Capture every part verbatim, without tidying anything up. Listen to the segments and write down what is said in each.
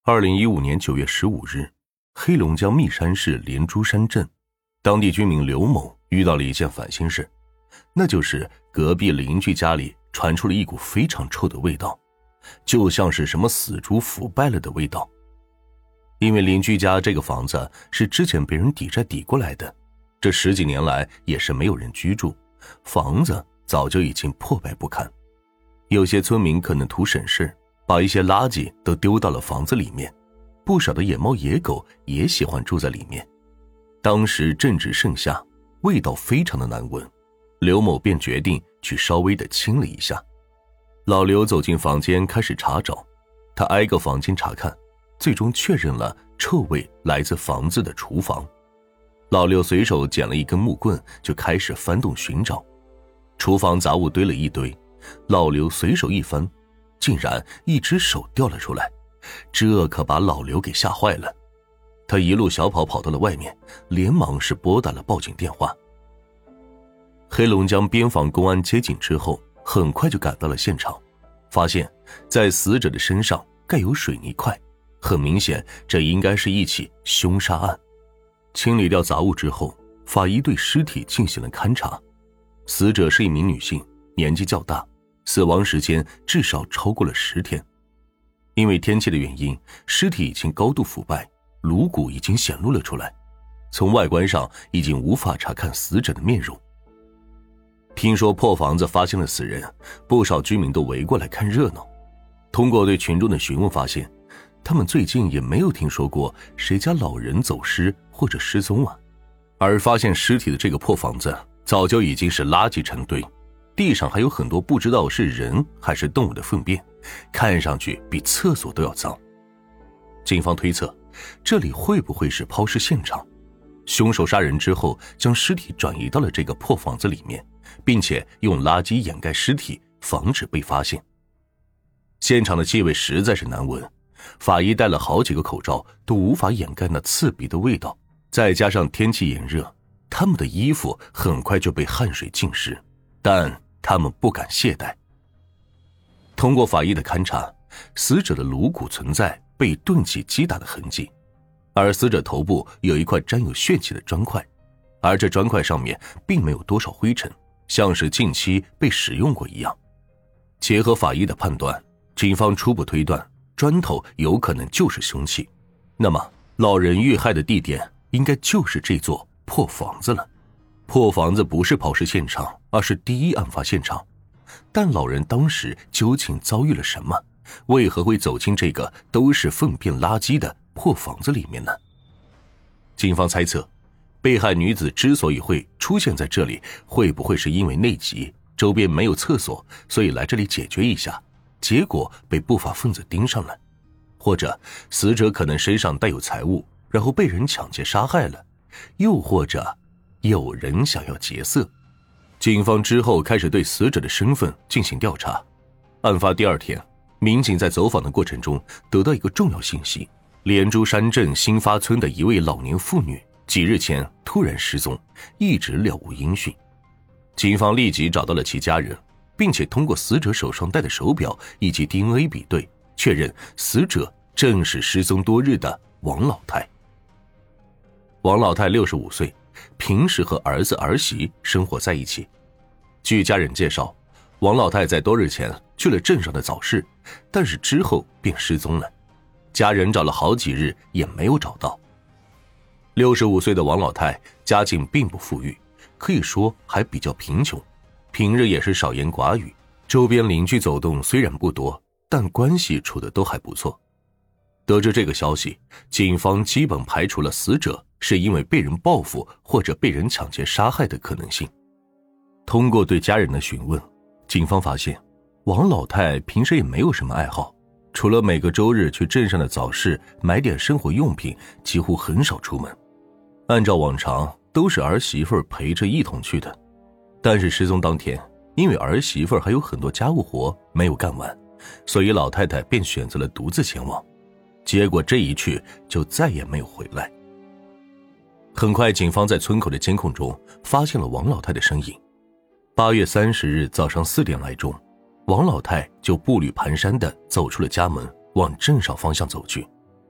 二零一五年九月十五日，黑龙江密山市连珠山镇，当地居民刘某遇到了一件烦心事，那就是隔壁邻居家里传出了一股非常臭的味道，就像是什么死猪腐败了的味道。因为邻居家这个房子是之前被人抵债抵过来的，这十几年来也是没有人居住，房子早就已经破败不堪。有些村民可能图省事，把一些垃圾都丢到了房子里面，不少的野猫野狗也喜欢住在里面。当时正值盛夏，味道非常的难闻，刘某便决定去稍微的清理一下。老刘走进房间开始查找，他挨个房间查看，最终确认了臭味来自房子的厨房。老刘随手捡了一根木棍就开始翻动寻找，厨房杂物堆了一堆，老刘随手一翻，竟然一只手掉了出来，这可把老刘给吓坏了。他一路小跑跑到了外面，连忙是拨打了报警电话。黑龙江边防公安接警之后，很快就赶到了现场，发现在死者的身上盖有水泥块，很明显这应该是一起凶杀案。清理掉杂物之后，法医对尸体进行了勘查。死者是一名女性，年纪较大，死亡时间至少超过了十天。因为天气的原因，尸体已经高度腐败，颅骨已经显露了出来，从外观上已经无法查看死者的面容。听说破房子发现了死人，不少居民都围过来看热闹。通过对群众的询问发现，他们最近也没有听说过谁家老人走失或者失踪啊。而发现尸体的这个破房子早就已经是垃圾成堆，地上还有很多不知道是人还是动物的粪便，看上去比厕所都要脏。警方推测，这里会不会是抛尸现场？凶手杀人之后将尸体转移到了这个破房子里面，并且用垃圾掩盖尸体，防止被发现。现场的气味实在是难闻，法医戴了好几个口罩都无法掩盖那刺鼻的味道，再加上天气炎热，他们的衣服很快就被汗水浸湿，但他们不敢懈怠。通过法医的勘查，死者的颅骨存在被钝器击打的痕迹，而死者头部有一块沾有血迹的砖块，而这砖块上面并没有多少灰尘，像是近期被使用过一样。结合法医的判断，警方初步推断砖头有可能就是凶器，那么老人遇害的地点应该就是这座破房子了。破房子不是抛尸现场，而是第一案发现场。但老人当时究竟遭遇了什么？为何会走进这个都是粪便垃圾的破房子里面呢？警方猜测，被害女子之所以会出现在这里，会不会是因为内急，周边没有厕所，所以来这里解决一下，结果被不法分子盯上了？或者死者可能身上带有财物，然后被人抢劫杀害了？又或者有人想要劫色？警方之后开始对死者的身份进行调查。案发第二天，民警在走访的过程中得到一个重要信息，连珠山镇新发村的一位老年妇女几日前突然失踪，一直了无音讯。警方立即找到了其家人，并且通过死者手上戴的手表以及 D N A 比对，确认死者正是失踪多日的王老太。王老太六十五岁，平时和儿子儿媳生活在一起。据家人介绍，王老太在多日前去了镇上的早市，但是之后便失踪了，家人找了好几日也没有找到。六十五岁的王老太家境并不富裕，可以说还比较贫穷，平日也是少言寡语，周边邻居走动虽然不多，但关系处得都还不错。得知这个消息，警方基本排除了死者是因为被人报复或者被人抢劫杀害的可能性。通过对家人的询问，警方发现王老太平时也没有什么爱好，除了每个周日去镇上的早市买点生活用品，几乎很少出门。按照往常都是儿媳妇陪着一同去的，但是失踪当天，因为儿媳妇还有很多家务活没有干完，所以老太太便选择了独自前往，结果这一去就再也没有回来。很快警方在村口的监控中发现了王老太的身影。八月三十日早上四点来钟，王老太就步履蹒跚地走出了家门，往镇上方向走去。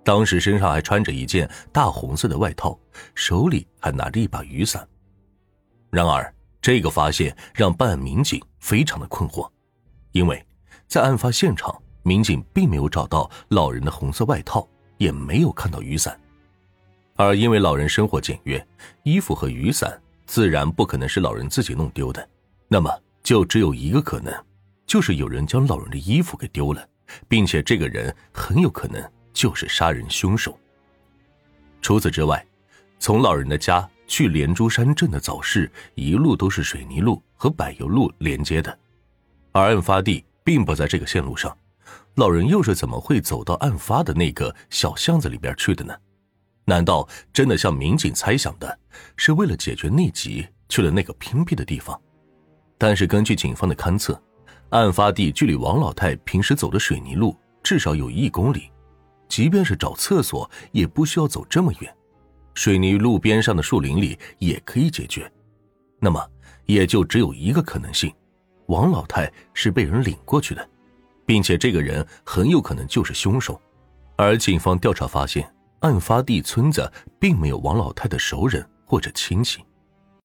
当时身上还穿着一件大红色的外套，手里还拿着一把雨伞。然而这个发现让办案民警非常的困惑，因为在案发现场，民警并没有找到老人的红色外套，也没有看到雨伞。而因为老人生活简约，衣服和雨伞自然不可能是老人自己弄丢的，那么就只有一个可能，就是有人将老人的衣服给丢了，并且这个人很有可能就是杀人凶手。除此之外，从老人的家去连珠山镇的早市一路都是水泥路和柏油路连接的，而案发地并不在这个线路上，老人又是怎么会走到案发的那个小巷子里边去的呢？难道真的像民警猜想的，是为了解决内急去了那个偏僻的地方？但是根据警方的勘测，案发地距离王老太平时走的水泥路至少有一公里，即便是找厕所也不需要走这么远，水泥路边上的树林里也可以解决。那么也就只有一个可能性，王老太是被人领过去的，并且这个人很有可能就是凶手。而警方调查发现，案发地村子并没有王老太的熟人或者亲戚。